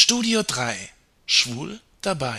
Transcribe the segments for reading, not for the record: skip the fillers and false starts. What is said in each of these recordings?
Studio 3 Schwul dabei.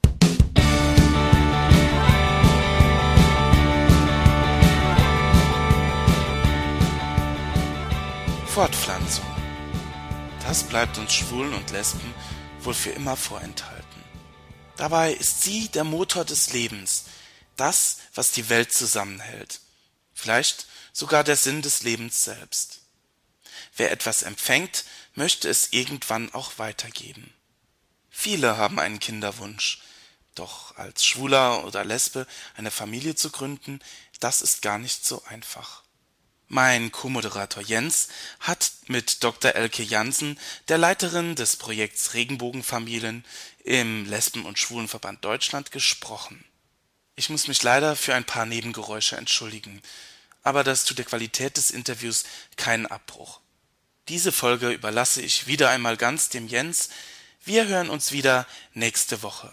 Fortpflanzung. Das bleibt uns Schwulen und Lesben wohl für immer vorenthalten. Dabei ist sie der Motor des Lebens, das, was die Welt zusammenhält. Vielleicht sogar der Sinn des Lebens selbst. Wer etwas empfängt, möchte es irgendwann auch weitergeben. Viele haben einen Kinderwunsch, doch als Schwuler oder Lesbe eine Familie zu gründen, das ist gar nicht so einfach. Mein Co-Moderator Jens hat mit Dr. Elke Jansen, der Leiterin des Projekts Regenbogenfamilien im Lesben- und Schwulenverband Deutschland, gesprochen. Ich muss mich leider für ein paar Nebengeräusche entschuldigen, aber das tut der Qualität des Interviews keinen Abbruch. Diese Folge überlasse ich wieder einmal ganz dem Jens. Wir hören uns wieder nächste Woche.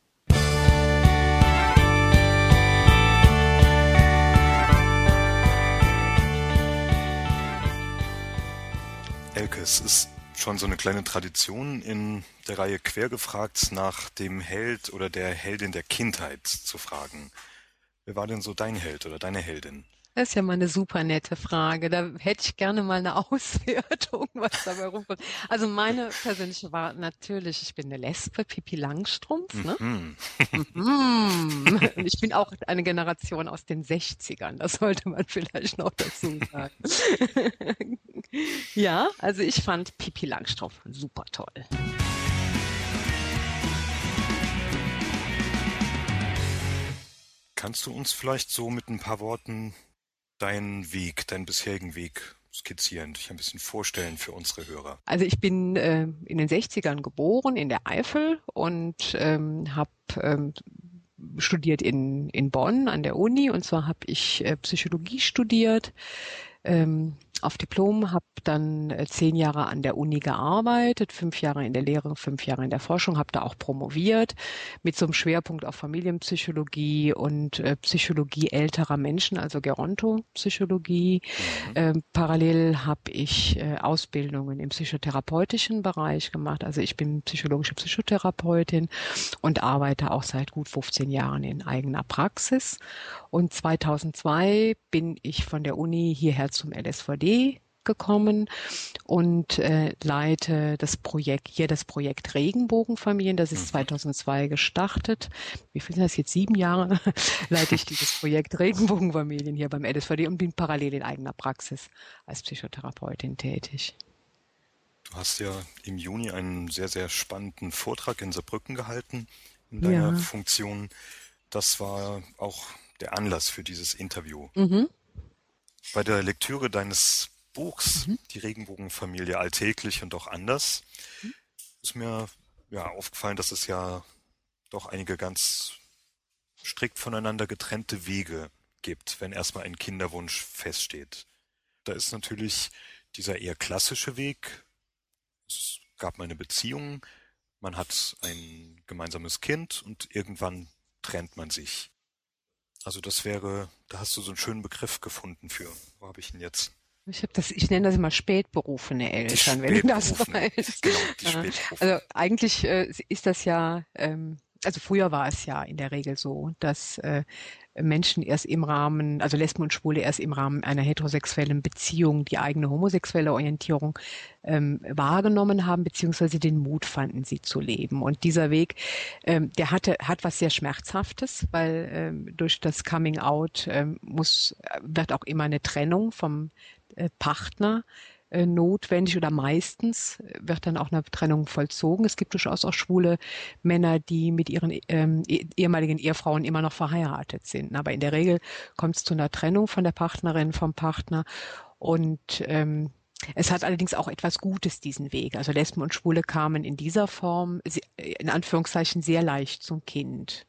Elke, es ist schon so eine kleine Tradition in der Reihe Quergefragt nach dem Held oder der Heldin der Kindheit zu fragen. Wer war denn so dein Held oder deine Heldin? Das ist ja mal eine super nette Frage. Da hätte ich gerne mal eine Auswertung, was dabei rumkommt. Also meine persönliche war natürlich, ich bin eine Lesbe, Pippi Langstrumpf, ne? Mhm. Und ich bin auch eine Generation aus den 60ern, das sollte man vielleicht noch dazu sagen. Ja, also ich fand Pippi Langstrumpf super toll. Kannst du uns vielleicht so mit ein paar Worten deinen Weg, deinen bisherigen Weg skizzieren, dich ein bisschen vorstellen für unsere Hörer? Also ich bin in den 60ern geboren, in der Eifel und habe studiert in Bonn an der Uni, und zwar habe ich Psychologie studiert auf Diplom, habe dann 10 Jahre an der Uni gearbeitet, 5 Jahre in der Lehre, 5 Jahre in der Forschung, habe da auch promoviert mit so einem Schwerpunkt auf Familienpsychologie und Psychologie älterer Menschen, also Gerontopsychologie. Parallel habe ich Ausbildungen im psychotherapeutischen Bereich gemacht. Also ich bin psychologische Psychotherapeutin und arbeite auch seit gut 15 Jahren in eigener Praxis. Und 2002 bin ich von der Uni hierher zum LSVD gekommen und leite das Projekt Regenbogenfamilien. Das ist 2002 gestartet. Wie viel sind das jetzt? 7 Jahre leite ich dieses Projekt Regenbogenfamilien hier beim LSVD und bin parallel in eigener Praxis als Psychotherapeutin tätig. Du hast ja im Juni einen sehr, sehr spannenden Vortrag in Saarbrücken gehalten in deiner Funktion. Das war auch der Anlass für dieses Interview. Bei der Lektüre deines Buchs, Die Regenbogenfamilie alltäglich und auch anders, ist mir aufgefallen, dass es ja doch einige ganz strikt voneinander getrennte Wege gibt, wenn erstmal ein Kinderwunsch feststeht. Da ist natürlich dieser eher klassische Weg. Es gab mal eine Beziehung, man hat ein gemeinsames Kind und irgendwann trennt man sich. Also da hast du so einen schönen Begriff gefunden für. Wo habe ich ihn jetzt? Ich nenne das immer spätberufene Eltern, wenn du das weißt. Genau, die Spätberufene. Also eigentlich ist das ja, also früher war es ja in der Regel so, dass Menschen erst im Rahmen, also Lesben und Schwule erst im Rahmen einer heterosexuellen Beziehung die eigene homosexuelle Orientierung wahrgenommen haben, beziehungsweise den Mut fanden, sie zu leben. Und dieser Weg, der hat was sehr Schmerzhaftes, weil durch das Coming Out wird auch immer eine Trennung vom Partner notwendig, oder meistens wird dann auch eine Trennung vollzogen. Es gibt durchaus auch schwule Männer, die mit ihren ehemaligen Ehefrauen immer noch verheiratet sind. Aber in der Regel kommt es zu einer Trennung von der Partnerin, vom Partner. Und es hat allerdings auch etwas Gutes, diesen Weg. Also Lesben und Schwule kamen in dieser Form, in Anführungszeichen, sehr leicht zum Kind.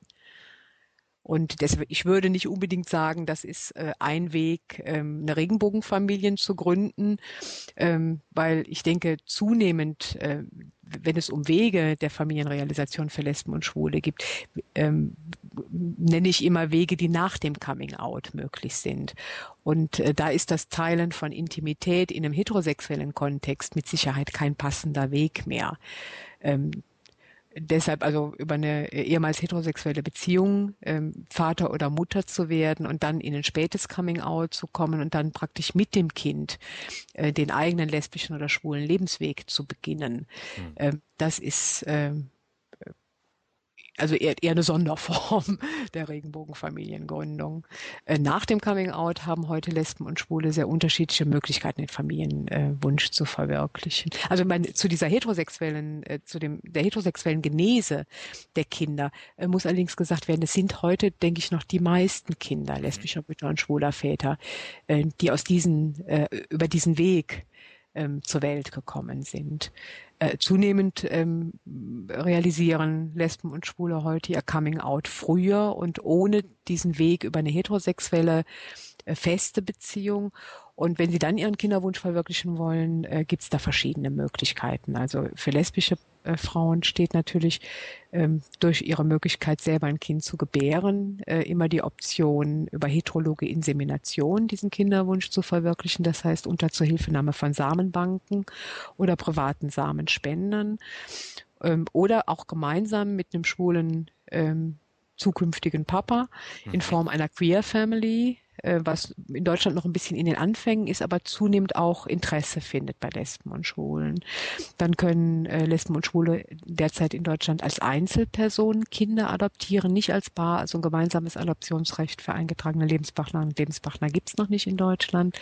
Und deswegen, ich würde nicht unbedingt sagen, das ist ein Weg, eine Regenbogenfamilien zu gründen, weil ich denke, zunehmend, wenn es um Wege der Familienrealisation für Lesben und Schwule gibt, nenne ich immer Wege, die nach dem Coming-out möglich sind. Und da ist das Teilen von Intimität in einem heterosexuellen Kontext mit Sicherheit kein passender Weg mehr. Deshalb also über eine ehemals heterosexuelle Beziehung Vater oder Mutter zu werden und dann in ein spätes Coming-out zu kommen und dann praktisch mit dem Kind den eigenen lesbischen oder schwulen Lebensweg zu beginnen. Das ist also eher eine Sonderform der Regenbogenfamiliengründung. Nach dem Coming-out haben heute Lesben und Schwule sehr unterschiedliche Möglichkeiten, den Familienwunsch zu verwirklichen. Also zu dieser heterosexuellen, der heterosexuellen Genese der Kinder muss allerdings gesagt werden, es sind heute, denke ich, noch die meisten Kinder lesbischer Mütter und schwuler Väter, die über diesen Weg zur Welt gekommen sind. Zunehmend realisieren Lesben und Schwule heute ihr Coming-out früher und ohne diesen Weg über eine heterosexuelle feste Beziehung. Und wenn sie dann ihren Kinderwunsch verwirklichen wollen, gibt es da verschiedene Möglichkeiten. Also für lesbische Frauen steht natürlich durch ihre Möglichkeit, selber ein Kind zu gebären, immer die Option, über heterologe Insemination diesen Kinderwunsch zu verwirklichen. Das heißt, unter Zuhilfenahme von Samenbanken oder privaten Samenspendern oder auch gemeinsam mit einem schwulen zukünftigen Papa in Form einer Queer Family, was in Deutschland noch ein bisschen in den Anfängen ist, aber zunehmend auch Interesse findet bei Lesben und Schwulen. Dann können Lesben und Schwule derzeit in Deutschland als Einzelpersonen Kinder adoptieren, nicht als Paar. Also ein gemeinsames Adoptionsrecht für eingetragene Lebenspartnerinnen und Lebenspartner gibt es noch nicht in Deutschland.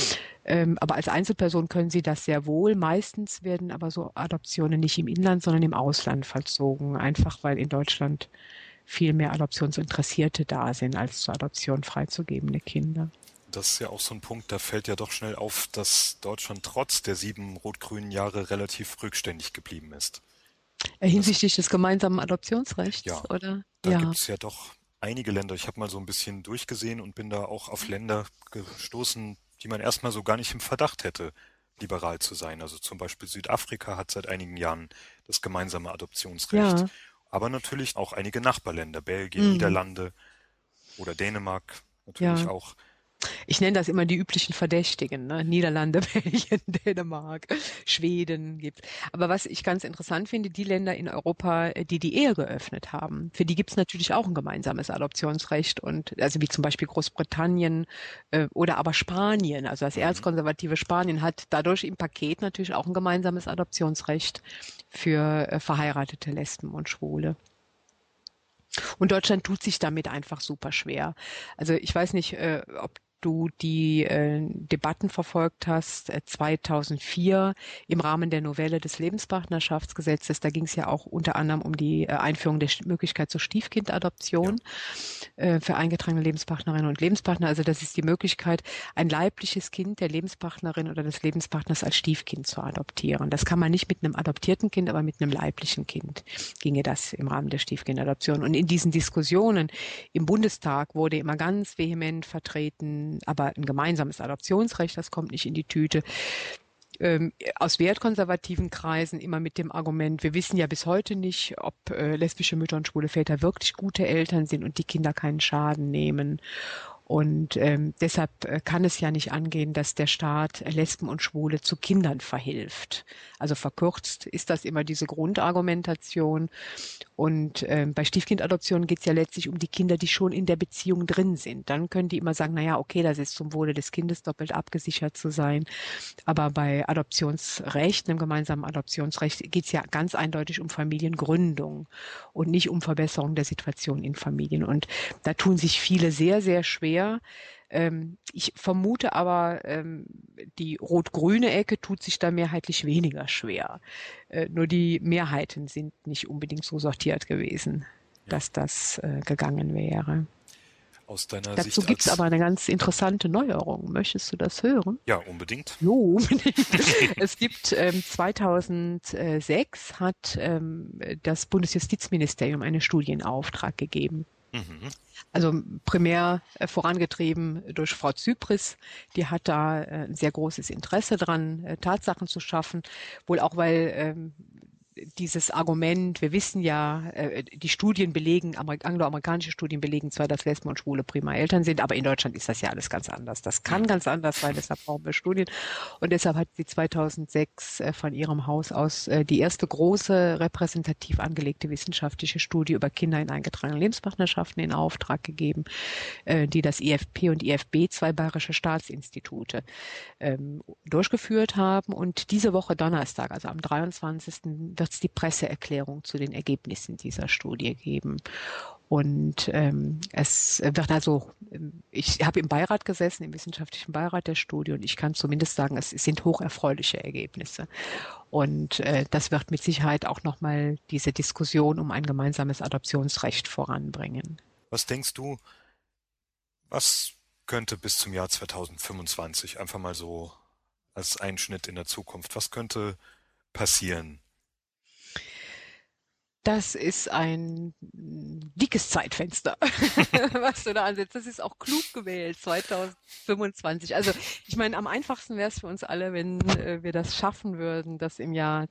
Aber als Einzelperson können sie das sehr wohl. Meistens werden aber so Adoptionen nicht im Inland, sondern im Ausland vollzogen, einfach weil in Deutschland viel mehr Adoptionsinteressierte da sind, als zur Adoption freizugebende Kinder. Das ist ja auch so ein Punkt, da fällt ja doch schnell auf, dass Deutschland trotz der 7 rot-grünen Jahre relativ rückständig geblieben ist. Hinsichtlich des gemeinsamen Adoptionsrechts, ja, oder? Da gibt es ja doch einige Länder. Ich habe mal so ein bisschen durchgesehen und bin da auch auf Länder gestoßen, die man erstmal so gar nicht im Verdacht hätte, liberal zu sein. Also zum Beispiel Südafrika hat seit einigen Jahren das gemeinsame Adoptionsrecht. Ja. Aber natürlich auch einige Nachbarländer, Belgien, Niederlande oder Dänemark natürlich auch. Ich nenne das immer die üblichen Verdächtigen, ne? Niederlande, Belgien, Dänemark, Schweden gibt's. Aber was ich ganz interessant finde, die Länder in Europa, die die Ehe geöffnet haben, für die gibt's natürlich auch ein gemeinsames Adoptionsrecht und also wie zum Beispiel Großbritannien oder aber Spanien, also das erzkonservative Spanien hat dadurch im Paket natürlich auch ein gemeinsames Adoptionsrecht für verheiratete Lesben und Schwule. Und Deutschland tut sich damit einfach super schwer. Also ich weiß nicht, ob du die Debatten verfolgt hast, 2004 im Rahmen der Novelle des Lebenspartnerschaftsgesetzes. Da ging es ja auch unter anderem um die Einführung der Möglichkeit zur Stiefkindadoption für eingetragene Lebenspartnerinnen und Lebenspartner. Also das ist die Möglichkeit, ein leibliches Kind der Lebenspartnerin oder des Lebenspartners als Stiefkind zu adoptieren. Das kann man nicht mit einem adoptierten Kind, aber mit einem leiblichen Kind ginge das im Rahmen der Stiefkindadoption. Und in diesen Diskussionen im Bundestag wurde immer ganz vehement vertreten, aber ein gemeinsames Adoptionsrecht, das kommt nicht in die Tüte. Aus wertkonservativen Kreisen immer mit dem Argument, wir wissen ja bis heute nicht, ob lesbische Mütter und schwule Väter wirklich gute Eltern sind und die Kinder keinen Schaden nehmen. Und deshalb kann es ja nicht angehen, dass der Staat Lesben und Schwule zu Kindern verhilft. Also verkürzt ist das immer diese Grundargumentation. Und bei Stiefkindadoptionen geht es ja letztlich um die Kinder, die schon in der Beziehung drin sind. Dann können die immer sagen, naja, okay, das ist zum Wohle des Kindes doppelt abgesichert zu sein. Aber bei Adoptionsrecht, einem gemeinsamen Adoptionsrecht, geht es ja ganz eindeutig um Familiengründung und nicht um Verbesserung der Situation in Familien. Und da tun sich viele sehr, sehr schwer. Ich vermute aber, die rot-grüne Ecke tut sich da mehrheitlich weniger schwer. Nur die Mehrheiten sind nicht unbedingt so sortiert gewesen, dass das gegangen wäre. Aus deiner Dazu Sicht gibt es aber eine ganz interessante Neuerung. Möchtest du das hören? Ja, unbedingt. Jo, unbedingt. Es gibt 2006 hat das Bundesjustizministerium einen Studie in Auftrag gegeben. Also primär vorangetrieben durch Frau Zypris, die hat da ein sehr großes Interesse dran, Tatsachen zu schaffen, wohl auch weil dieses Argument, wir wissen ja, die Studien belegen, angloamerikanische Studien belegen zwar, dass Lesben und Schwule prima Eltern sind, aber in Deutschland ist das ja alles ganz anders. Das kann ganz anders sein, deshalb brauchen wir Studien. Und deshalb hat sie 2006 von ihrem Haus aus die erste große repräsentativ angelegte wissenschaftliche Studie über Kinder in eingetragenen Lebenspartnerschaften in Auftrag gegeben, die das IFP und IFB, zwei bayerische Staatsinstitute, durchgeführt haben. Und diese Woche Donnerstag, also am 23. wird es die Presseerklärung zu den Ergebnissen dieser Studie geben. Und es wird also, ich habe im Beirat gesessen, im wissenschaftlichen Beirat der Studie, und ich kann zumindest sagen, es sind hocherfreuliche Ergebnisse. Und das wird mit Sicherheit auch nochmal diese Diskussion um ein gemeinsames Adoptionsrecht voranbringen. Was denkst du, was könnte bis zum Jahr 2025, einfach mal so als Einschnitt in der Zukunft, was könnte passieren? Das ist ein dickes Zeitfenster, was du da ansetzt. Das ist auch klug gewählt, 2025. Also ich meine, am einfachsten wäre es für uns alle, wenn wir das schaffen würden, dass im Jahr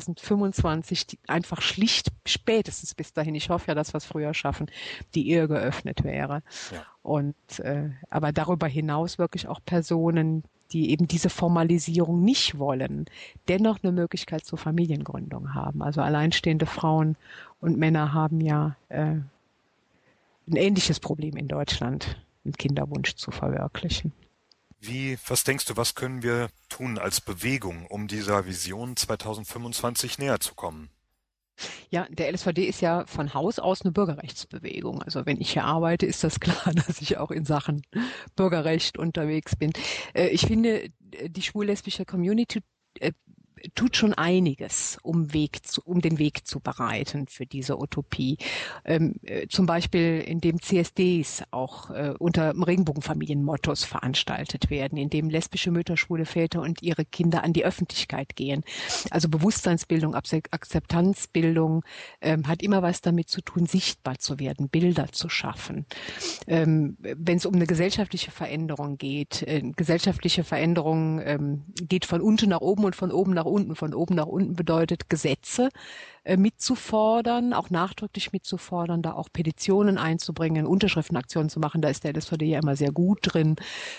2025 einfach schlicht spätestens bis dahin, ich hoffe ja, dass wir es früher schaffen, die Ehe geöffnet wäre. Ja. Und aber darüber hinaus wirklich auch Personen, die eben diese Formalisierung nicht wollen, dennoch eine Möglichkeit zur Familiengründung haben. Also alleinstehende Frauen und Männer haben ja ein ähnliches Problem in Deutschland, einen Kinderwunsch zu verwirklichen. Was denkst du, was können wir tun als Bewegung, um dieser Vision 2025 näher zu kommen? Ja, der LSVD ist ja von Haus aus eine Bürgerrechtsbewegung. Also wenn ich hier arbeite, ist das klar, dass ich auch in Sachen Bürgerrecht unterwegs bin. Ich finde, die schwul-lesbische Community tut schon einiges, um den Weg zu bereiten für diese Utopie. Zum Beispiel, indem CSDs auch unter Regenbogenfamilienmottos veranstaltet werden, indem lesbische Mütter, schwule Väter und ihre Kinder an die Öffentlichkeit gehen. Also Bewusstseinsbildung, Akzeptanzbildung hat immer was damit zu tun, sichtbar zu werden, Bilder zu schaffen. Wenn es um eine gesellschaftliche Veränderung geht, gesellschaftliche Veränderung geht von unten nach oben und von oben nach unten. Von oben nach unten bedeutet, Gesetze mitzufordern, auch nachdrücklich mitzufordern, da auch Petitionen einzubringen, Unterschriftenaktionen zu machen. Da ist der LSVD ja immer sehr gut drin,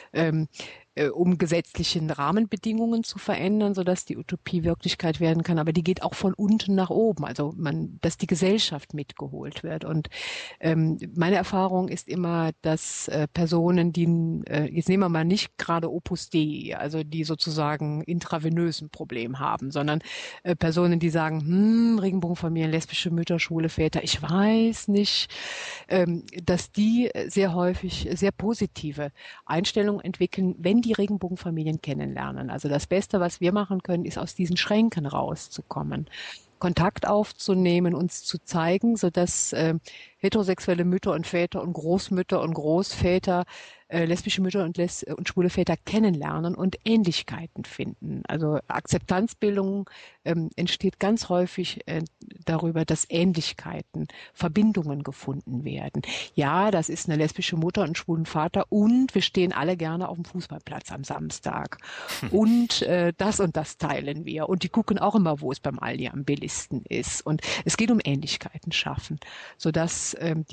um gesetzliche Rahmenbedingungen zu verändern, sodass die Utopie Wirklichkeit werden kann. Aber die geht auch von unten nach oben, also dass die Gesellschaft mitgeholt wird. Und meine Erfahrung ist immer, dass Personen, die, jetzt nehmen wir mal nicht gerade Opus Dei, also die sozusagen intravenös ein Problem haben, sondern Personen, die sagen, Regenbogenfamilien, lesbische Mütter, schwule Väter, ich weiß nicht, dass die sehr häufig sehr positive Einstellungen entwickeln, wenn die Regenbogenfamilien kennenlernen. Also das Beste, was wir machen können, ist aus diesen Schränken rauszukommen, Kontakt aufzunehmen, uns zu zeigen, sodass heterosexuelle Mütter und Väter und Großmütter und Großväter lesbische Mütter und schwule Väter kennenlernen und Ähnlichkeiten finden. Also Akzeptanzbildung entsteht ganz häufig darüber, dass Ähnlichkeiten, Verbindungen gefunden werden. Ja, das ist eine lesbische Mutter und einen schwulen Vater und wir stehen alle gerne auf dem Fußballplatz am Samstag. Und das teilen wir. Und die gucken auch immer, wo es beim Aldi am billigsten ist. Und es geht um Ähnlichkeiten schaffen, sodass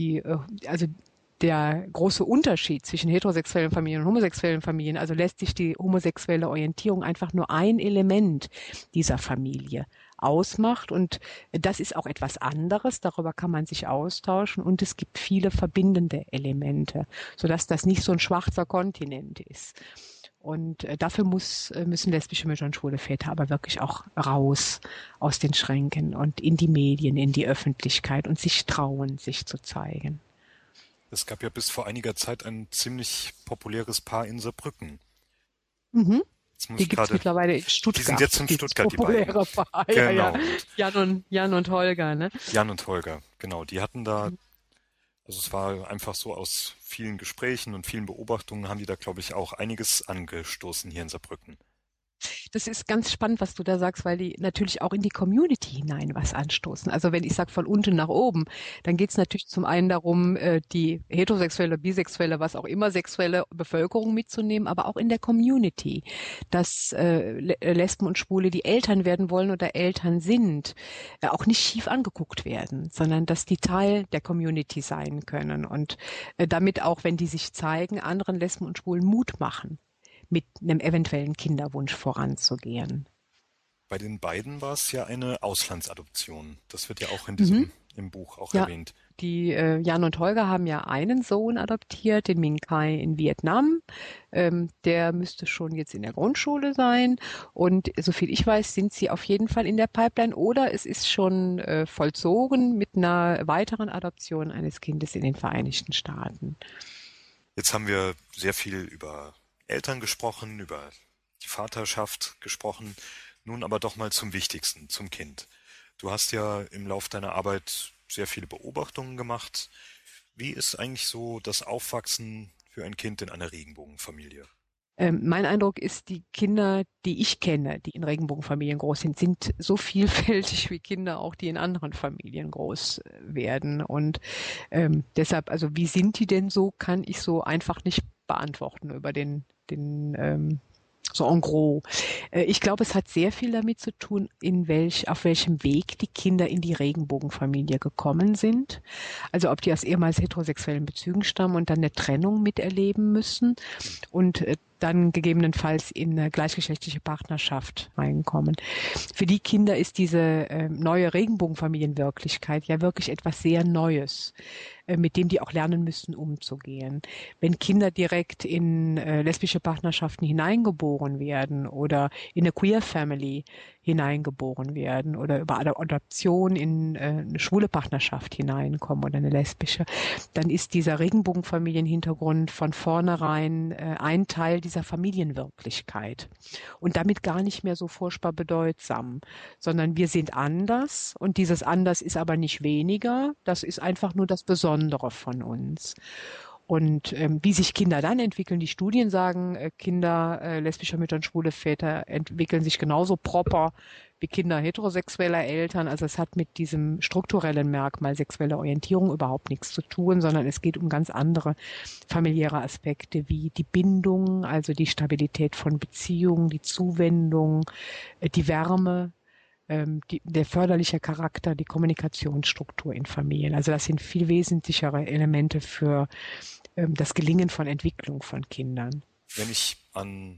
der große Unterschied zwischen heterosexuellen Familien und homosexuellen Familien, also lässt sich die homosexuelle Orientierung einfach nur ein Element dieser Familie ausmacht und das ist auch etwas anderes, darüber kann man sich austauschen und es gibt viele verbindende Elemente, sodass das nicht so ein schwarzer Kontinent ist. Und dafür müssen lesbische Mütter und schwule Väter aber wirklich auch raus aus den Schränken und in die Medien, in die Öffentlichkeit und sich trauen, sich zu zeigen. Es gab ja bis vor einiger Zeit ein ziemlich populäres Paar in Saarbrücken. Mhm. Die gibt es mittlerweile in Stuttgart. Die sind jetzt in Stuttgart, die beiden. Paar. Genau. Ja. Jan und Holger, ne? Jan und Holger, genau. Die hatten da, also es war einfach so aus vielen Gesprächen und vielen Beobachtungen haben die da, glaube ich, auch einiges angestoßen hier in Saarbrücken. Das ist ganz spannend, was du da sagst, weil die natürlich auch in die Community hinein was anstoßen. Also wenn ich sage von unten nach oben, dann geht es natürlich zum einen darum, die heterosexuelle, bisexuelle, was auch immer, sexuelle Bevölkerung mitzunehmen, aber auch in der Community, dass Lesben und Schwule, die Eltern werden wollen oder Eltern sind, auch nicht schief angeguckt werden, sondern dass die Teil der Community sein können und damit auch, wenn die sich zeigen, anderen Lesben und Schwulen Mut machen, mit einem eventuellen Kinderwunsch voranzugehen. Bei den beiden war es ja eine Auslandsadoption. Das wird ja auch in im Buch auch Ja, erwähnt. die Jan und Holger haben ja einen Sohn adoptiert, den Minh Kai in Vietnam. Der müsste schon jetzt in der Grundschule sein. Und soviel ich weiß, sind sie auf jeden Fall in der Pipeline oder es ist schon vollzogen mit einer weiteren Adoption eines Kindes in den Vereinigten Staaten. Jetzt haben wir sehr viel über Eltern gesprochen, über die Vaterschaft gesprochen. Nun aber doch mal zum Wichtigsten, zum Kind. Du hast ja im Lauf deiner Arbeit sehr viele Beobachtungen gemacht. Wie ist eigentlich so das Aufwachsen für ein Kind in einer Regenbogenfamilie? Mein Eindruck ist, die Kinder, die ich kenne, die in Regenbogenfamilien groß sind so vielfältig wie Kinder auch, die in anderen Familien groß werden. Und deshalb, also wie sind die denn so, kann ich so einfach nicht beantworten über den so en gros. Ich glaube, es hat sehr viel damit zu tun, auf welchem Weg die Kinder in die Regenbogenfamilie gekommen sind. Also ob die aus ehemals heterosexuellen Bezügen stammen und dann eine Trennung miterleben müssen und dann gegebenenfalls in eine gleichgeschlechtliche Partnerschaft reinkommen. Für die Kinder ist diese neue Regenbogenfamilienwirklichkeit ja wirklich etwas sehr Neues, mit dem die auch lernen müssen, umzugehen. Wenn Kinder direkt in lesbische Partnerschaften hineingeboren werden oder in eine Queer Family hineingeboren werden oder über Adoption in eine schwule Partnerschaft hineinkommen oder eine lesbische, dann ist dieser Regenbogenfamilienhintergrund von vornherein ein Teil dieser Familienwirklichkeit und damit gar nicht mehr so furchtbar bedeutsam, sondern wir sind anders und dieses Anders ist aber nicht weniger, das ist einfach nur das Besondere von uns. Und wie sich Kinder dann entwickeln, die Studien sagen, Kinder lesbischer Mütter und schwule Väter entwickeln sich genauso proper wie Kinder heterosexueller Eltern. Also es hat mit diesem strukturellen Merkmal sexuelle Orientierung überhaupt nichts zu tun, sondern es geht um ganz andere familiäre Aspekte wie die Bindung, also die Stabilität von Beziehungen, die Zuwendung, die Wärme, der förderliche Charakter, die Kommunikationsstruktur in Familien. Also das sind viel wesentlichere Elemente für das Gelingen von Entwicklung von Kindern. Wenn ich an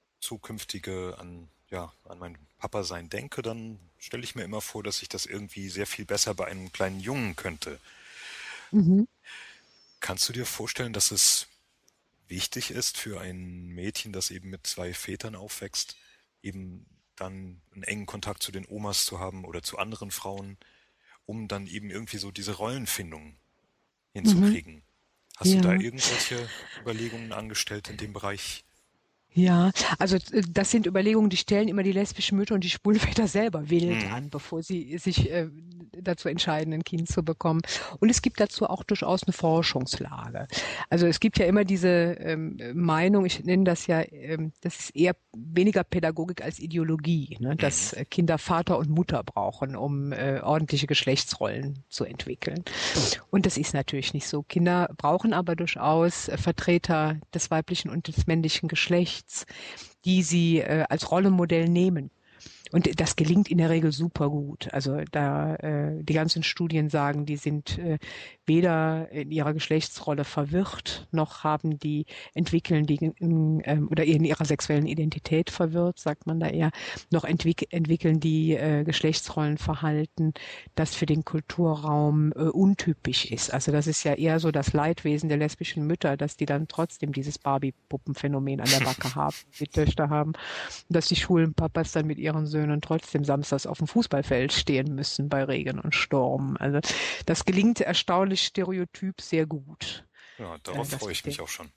mein Papa-Sein denke, dann stelle ich mir immer vor, dass ich das irgendwie sehr viel besser bei einem kleinen Jungen könnte. Mhm. Kannst du dir vorstellen, dass es wichtig ist für ein Mädchen, das eben mit zwei Vätern aufwächst, eben dann einen engen Kontakt zu den Omas zu haben oder zu anderen Frauen, um dann eben irgendwie so diese Rollenfindung hinzukriegen? Hast du da irgendwelche Überlegungen angestellt in dem Bereich? Ja, also das sind Überlegungen, die stellen immer die lesbischen Mütter und die schwulen Väter selber wild an, bevor sie sich dazu entscheiden, ein Kind zu bekommen. Und es gibt dazu auch durchaus eine Forschungslage. Also es gibt ja immer diese Meinung, ich nenne das ja, das ist eher weniger Pädagogik als Ideologie, ne? Dass Kinder Vater und Mutter brauchen, um ordentliche Geschlechtsrollen zu entwickeln. Und das ist natürlich nicht so. Kinder brauchen aber durchaus Vertreter des weiblichen und des männlichen Geschlechts, die sie als Rollenmodell nehmen. Und das gelingt in der Regel super gut. Also da die ganzen Studien sagen, die sind weder in ihrer Geschlechtsrolle verwirrt, noch entwickeln die oder in ihrer sexuellen Identität verwirrt, sagt man da eher, noch entwickeln die Geschlechtsrollenverhalten, das für den Kulturraum untypisch ist. Also das ist ja eher so das Leidwesen der lesbischen Mütter, dass die dann trotzdem dieses Barbie-Puppenphänomen an der Backe haben, die Töchter haben, dass die schwulen Papas dann mit ihren Söhnen trotzdem samstags auf dem Fußballfeld stehen müssen bei Regen und Sturm. Also das gelingt erstaunlich stereotyp sehr gut. Ja, darauf freue ich mich auch schon.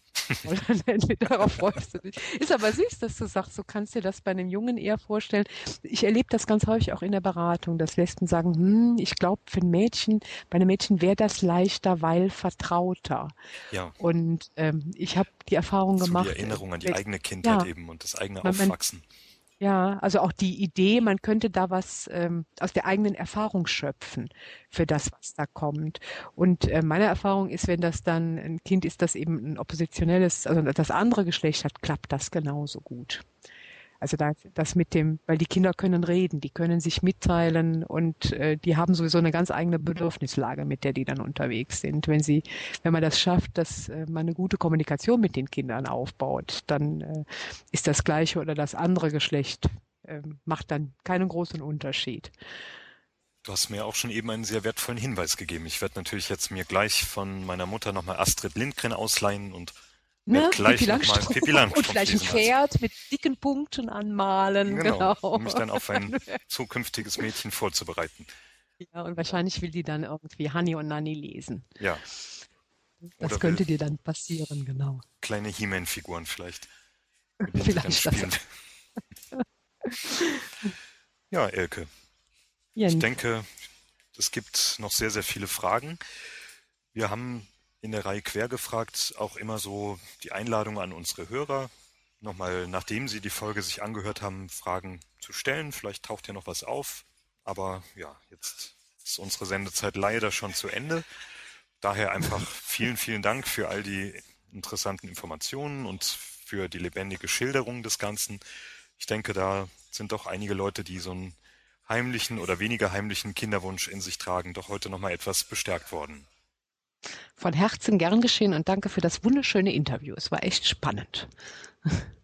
Darauf freust du dich. Ist aber süß, dass du sagst, du kannst dir das bei einem Jungen eher vorstellen. Ich erlebe das ganz häufig auch in der Beratung, dass Lesben sagen, ich glaube, bei einem Mädchen wäre das leichter, weil vertrauter. Ja. Und ich habe die Erfahrung gemacht. Die Erinnerung an die eigene Kindheit eben und das eigene Aufwachsen. Ja, also auch die Idee, man könnte da was aus der eigenen Erfahrung schöpfen für das, was da kommt. Und meine Erfahrung ist, wenn das dann ein Kind ist, das eben ein oppositionelles, also das andere Geschlecht hat, klappt das genauso gut. Also das mit dem, weil die Kinder können reden, die können sich mitteilen und die haben sowieso eine ganz eigene Bedürfnislage, mit der die dann unterwegs sind. Wenn man das schafft, dass man eine gute Kommunikation mit den Kindern aufbaut, dann ist das gleiche oder das andere Geschlecht macht dann keinen großen Unterschied. Du hast mir auch schon eben einen sehr wertvollen Hinweis gegeben. Ich werde natürlich jetzt mir gleich von meiner Mutter nochmal Astrid Lindgren ausleihen und werde gleich nochmal Pippi Langstrumpf und vielleicht ein Pferd mit dicken Punkten anmalen. Genau, um mich dann auf ein zukünftiges Mädchen vorzubereiten. Ja, und wahrscheinlich will die dann irgendwie Hanni und Nanni lesen. Ja. Das könnte dir dann passieren, genau. Kleine He-Man-Figuren vielleicht. Vielleicht das. Ja, Elke. Jens. Ich denke, es gibt noch sehr, sehr viele Fragen. Wir haben in der Reihe Quer gefragt auch immer so die Einladung an unsere Hörer, nochmal, nachdem sie die Folge sich angehört haben, Fragen zu stellen. Vielleicht taucht ja noch was auf. Aber ja, jetzt ist unsere Sendezeit leider schon zu Ende. Daher einfach vielen, vielen Dank für all die interessanten Informationen und für die lebendige Schilderung des Ganzen. Ich denke, da sind doch einige Leute, die so einen heimlichen oder weniger heimlichen Kinderwunsch in sich tragen, doch heute nochmal etwas bestärkt worden. Von Herzen gern geschehen und danke für das wunderschöne Interview. Es war echt spannend.